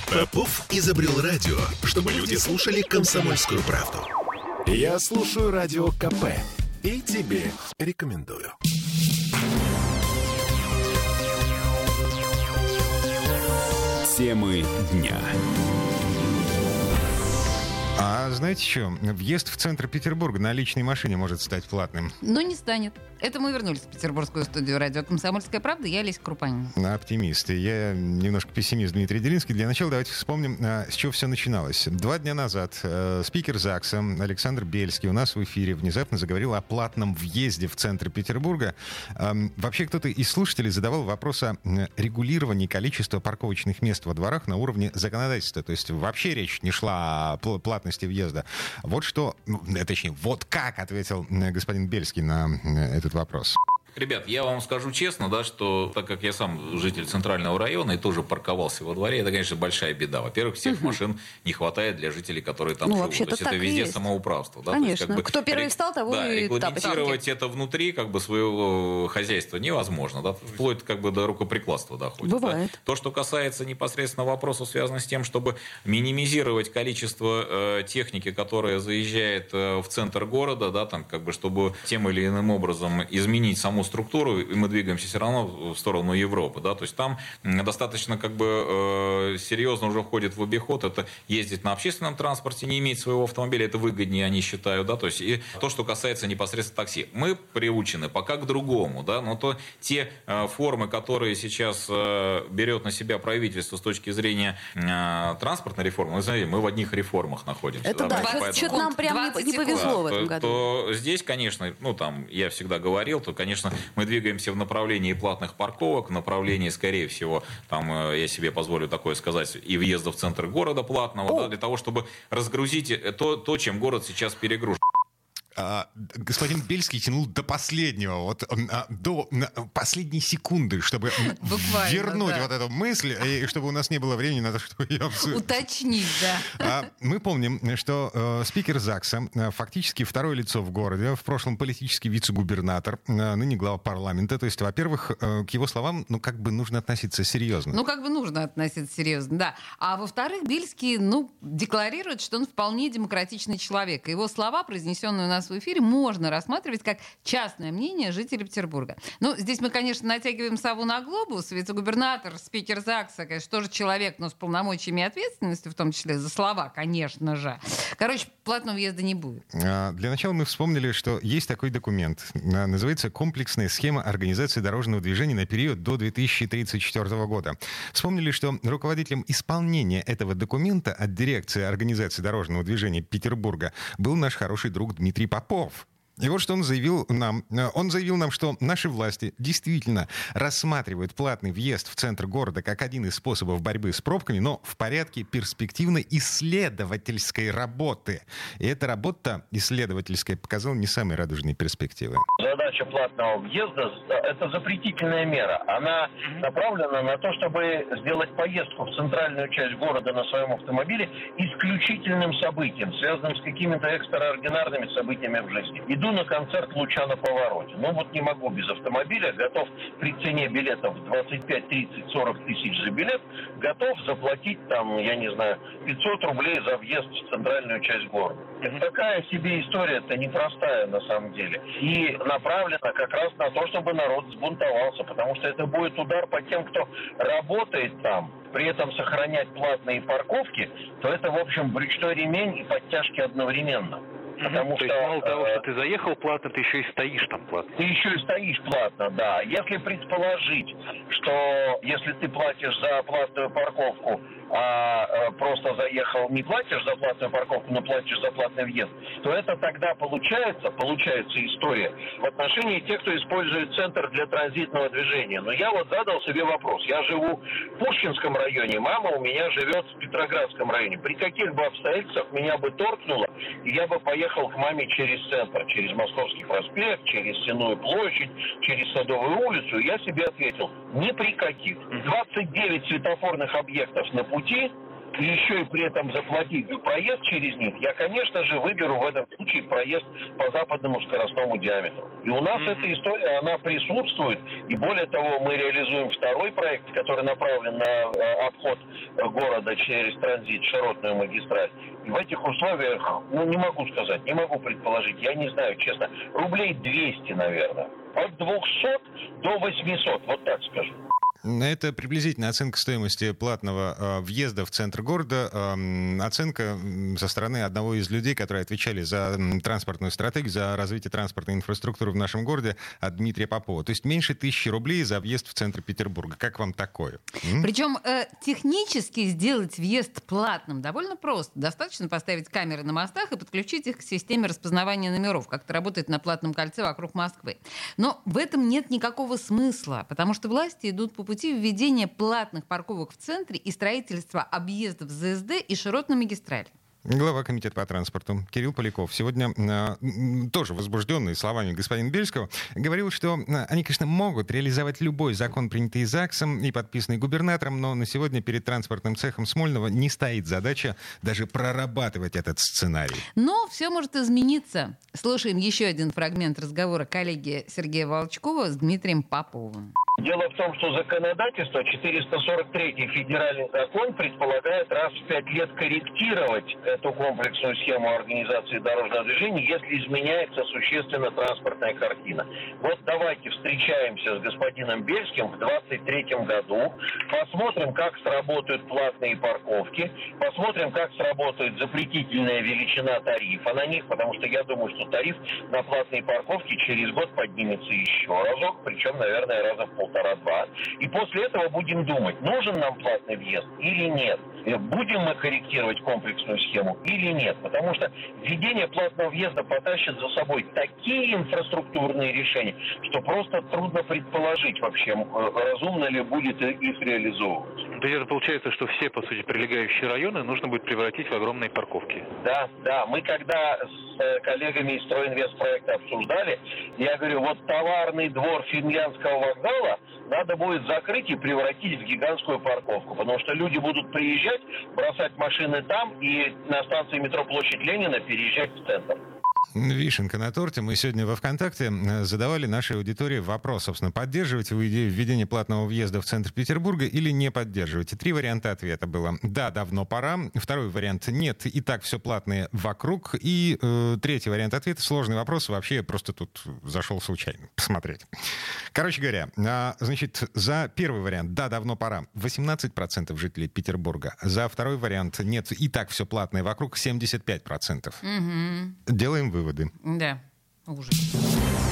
Попов изобрел радио, чтобы люди слушали «Комсомольскую правду». Я слушаю Радио КП и тебе рекомендую. Темы дня. А знаете что? Въезд в центр Петербурга на личной машине может стать платным. Но не станет. Это мы вернулись в петербургскую студию радио «Комсомольская правда». Я Олеся Крупанина. Оптимист. Я немножко пессимист, Дмитрий Делинский. Для начала давайте вспомним, с чего все начиналось. 2 дня назад спикер ЗАГСа Александр Бельский у нас в эфире внезапно заговорил о платном въезде в центр Петербурга. Вообще кто-то из слушателей задавал вопрос о регулировании количества парковочных мест во дворах на уровне законодательства. То есть вообще речь не шла о платности въезда. Вот что, точнее, вот как ответил господин Бельский на этот вопрос. Ребят, я вам скажу честно, да, что так как я сам житель центрального района и тоже парковался во дворе, это, конечно, большая беда. Во-первых, всех машин не хватает для жителей, которые там живут. То есть это везде самоуправство. Да? Конечно. То есть, как бы, кто первый встал, того и регламентировать это внутри своего хозяйства невозможно. Да? Вплоть до рукоприкладства доходит. Бывает. Да? То, что касается непосредственно вопросов, связанных с тем, чтобы минимизировать количество техники, которая заезжает в центр города, да, чтобы тем или иным образом изменить саму структуру, и мы двигаемся все равно в сторону Европы, да, то есть там достаточно серьезно уже входит в обиход, это ездить на общественном транспорте, не иметь своего автомобиля, это выгоднее, они считают, да, то есть и то, что касается непосредственно такси. Мы приучены пока к другому, да, но те формы, которые сейчас берет на себя правительство с точки зрения транспортной реформы, вы знаете, мы в одних реформах находимся. Это да, что-то нам прям не повезло в этом году. То здесь, конечно, я всегда говорил, то, конечно, мы двигаемся в направлении платных парковок, в направлении, скорее всего, я себе позволю такое сказать, и въезда в центр города платного, да, для того, чтобы разгрузить то, чем город сейчас перегружен. Господин Бельский тянул до последнего, до последней секунды, чтобы вернуть эту мысль, и чтобы у нас не было времени на то, чтобы ее обсудить. Уточнить, да. Мы помним, что спикер ЗАГСа фактически второе лицо в городе, в прошлом политический вице-губернатор, ныне глава парламента. То есть, во-первых, к его словам, нужно относиться серьезно. Нужно относиться серьезно, да. А во-вторых, Бельский, декларирует, что он вполне демократичный человек. Его слова, произнесенные у нас в эфире, можно рассматривать как частное мнение жителей Петербурга. Здесь мы, конечно, натягиваем сову на глобус. Вице-губернатор, спикер ЗАГСа, конечно, тоже человек, но с полномочиями и ответственностью, в том числе за слова, конечно же. Платного въезда не будет. Для начала мы вспомнили, что есть такой документ. Называется «Комплексная схема организации дорожного движения на период до 2034 года». Вспомнили, что руководителем исполнения этого документа от дирекции организации дорожного движения Петербурга был наш хороший друг Дмитрий Попов. И вот что он заявил нам. Он заявил нам, что наши власти действительно рассматривают платный въезд в центр города как один из способов борьбы с пробками, но в порядке перспективной исследовательской работы. И эта работа исследовательская показала не самые радужные перспективы. Задача платного въезда – это запретительная мера. Она направлена на то, чтобы сделать поездку в центральную часть города на своем автомобиле исключительным событием, связанным с какими-то экстраординарными событиями в жизни. Иду на концерт «Луча на повороте». Не могу без автомобиля, готов при цене билетов 25, 30, 40 тысяч за билет, готов заплатить 500 рублей за въезд в центральную часть города. Такая себе история-то непростая на самом деле. И направлена как раз на то, чтобы народ сбунтовался, потому что это будет удар по тем, кто работает там, при этом сохранять платные парковки, то это, в общем, брючной ремень и подтяжки одновременно. Потому то что, есть мало того, что ты заехал платно, ты еще и стоишь там платно. Ты еще и стоишь платно, да. Если предположить, что если ты платишь за платную парковку, а просто заехал, не платишь за платную парковку, но платишь за платный въезд, то это тогда получается история в отношении тех, кто использует центр для транзитного движения. Но я задал себе вопрос. Я живу в Пушкинском районе, мама у меня живет в Петроградском районе. При каких бы обстоятельствах меня бы торкнуло, и я бы поехал к маме через центр, через Московский проспект, через Сенную площадь, через Садовую улицу, я себе ответил, ни при каких. 29 светофорных объектов на пути, и еще и при этом заплатить за проезд через них, я, конечно же, выберу в этом случае проезд по западному скоростному диаметру. И у нас эта история, она присутствует. И более того, мы реализуем второй проект, который направлен на обход города через транзит, широтную магистраль. И в этих условиях, не могу сказать, не могу предположить, я не знаю, честно, рублей 200, наверное. От 200 до 800, вот так скажу. Это приблизительно оценка стоимости платного въезда в центр города. Оценка со стороны одного из людей, которые отвечали за транспортную стратегию, за развитие транспортной инфраструктуры в нашем городе, от Дмитрия Попова. То есть меньше 1000 рублей за въезд в центр Петербурга. Как вам такое? Причем технически сделать въезд платным довольно просто. Достаточно поставить камеры на мостах и подключить их к системе распознавания номеров, как это работает на платном кольце вокруг Москвы. Но в этом нет никакого смысла, потому что власти идут по пути введения платных парковок в центре и строительства объездов ЗСД и широтной магистрали. Глава комитета по транспорту Кирилл Поляков сегодня, тоже возбужденный словами господина Бельского, говорил, что они, конечно, могут реализовать любой закон, принятый ЗАГСом и подписанный губернатором, но на сегодня перед транспортным цехом Смольного не стоит задача даже прорабатывать этот сценарий. Но все может измениться. Слушаем еще один фрагмент разговора коллеги Сергея Волчкова с Дмитрием Поповым. Дело в том, что законодательство, 443-й федеральный закон, предполагает раз в 5 лет корректировать эту комплексную схему организации дорожного движения, если изменяется существенно транспортная картина. Вот давайте встречаемся с господином Бельским в 2023 году, посмотрим, как сработают платные парковки, посмотрим, как сработает запретительная величина тарифа на них, потому что я думаю, что тариф на платные парковки через год поднимется еще разок, причем, наверное, раза в полтора-два. И после этого будем думать, нужен нам платный въезд или нет. Будем мы корректировать комплексную схему или нет. Потому что введение платного въезда потащит за собой такие инфраструктурные решения, что просто трудно предположить вообще, разумно ли будет их реализовывать. То есть это получается, что все, по сути, прилегающие районы нужно будет превратить в огромные парковки. Да. Мы когда с коллегами из Стройинвестпроекта обсуждали, я говорю, вот товарный двор Финляндского вокзала надо будет закрыть и превратить в гигантскую парковку, потому что люди будут приезжать, бросать машины там и на станции метро Площадь Ленина переезжать в центр. Вишенка на торте. Мы сегодня во ВКонтакте задавали нашей аудитории вопрос, собственно, поддерживаете вы идею введения платного въезда в центр Петербурга или не поддерживаете? 3 варианта ответа было. Да, давно пора. Второй вариант — нет, и так все платное вокруг. И третий вариант ответа — сложный вопрос. Вообще я просто тут зашел случайно посмотреть. Короче говоря, значит, за первый вариант «да, давно пора» 18% жителей Петербурга. За второй вариант «нет, и так все платное вокруг» 75%. Делаем выводы. Да, ужас.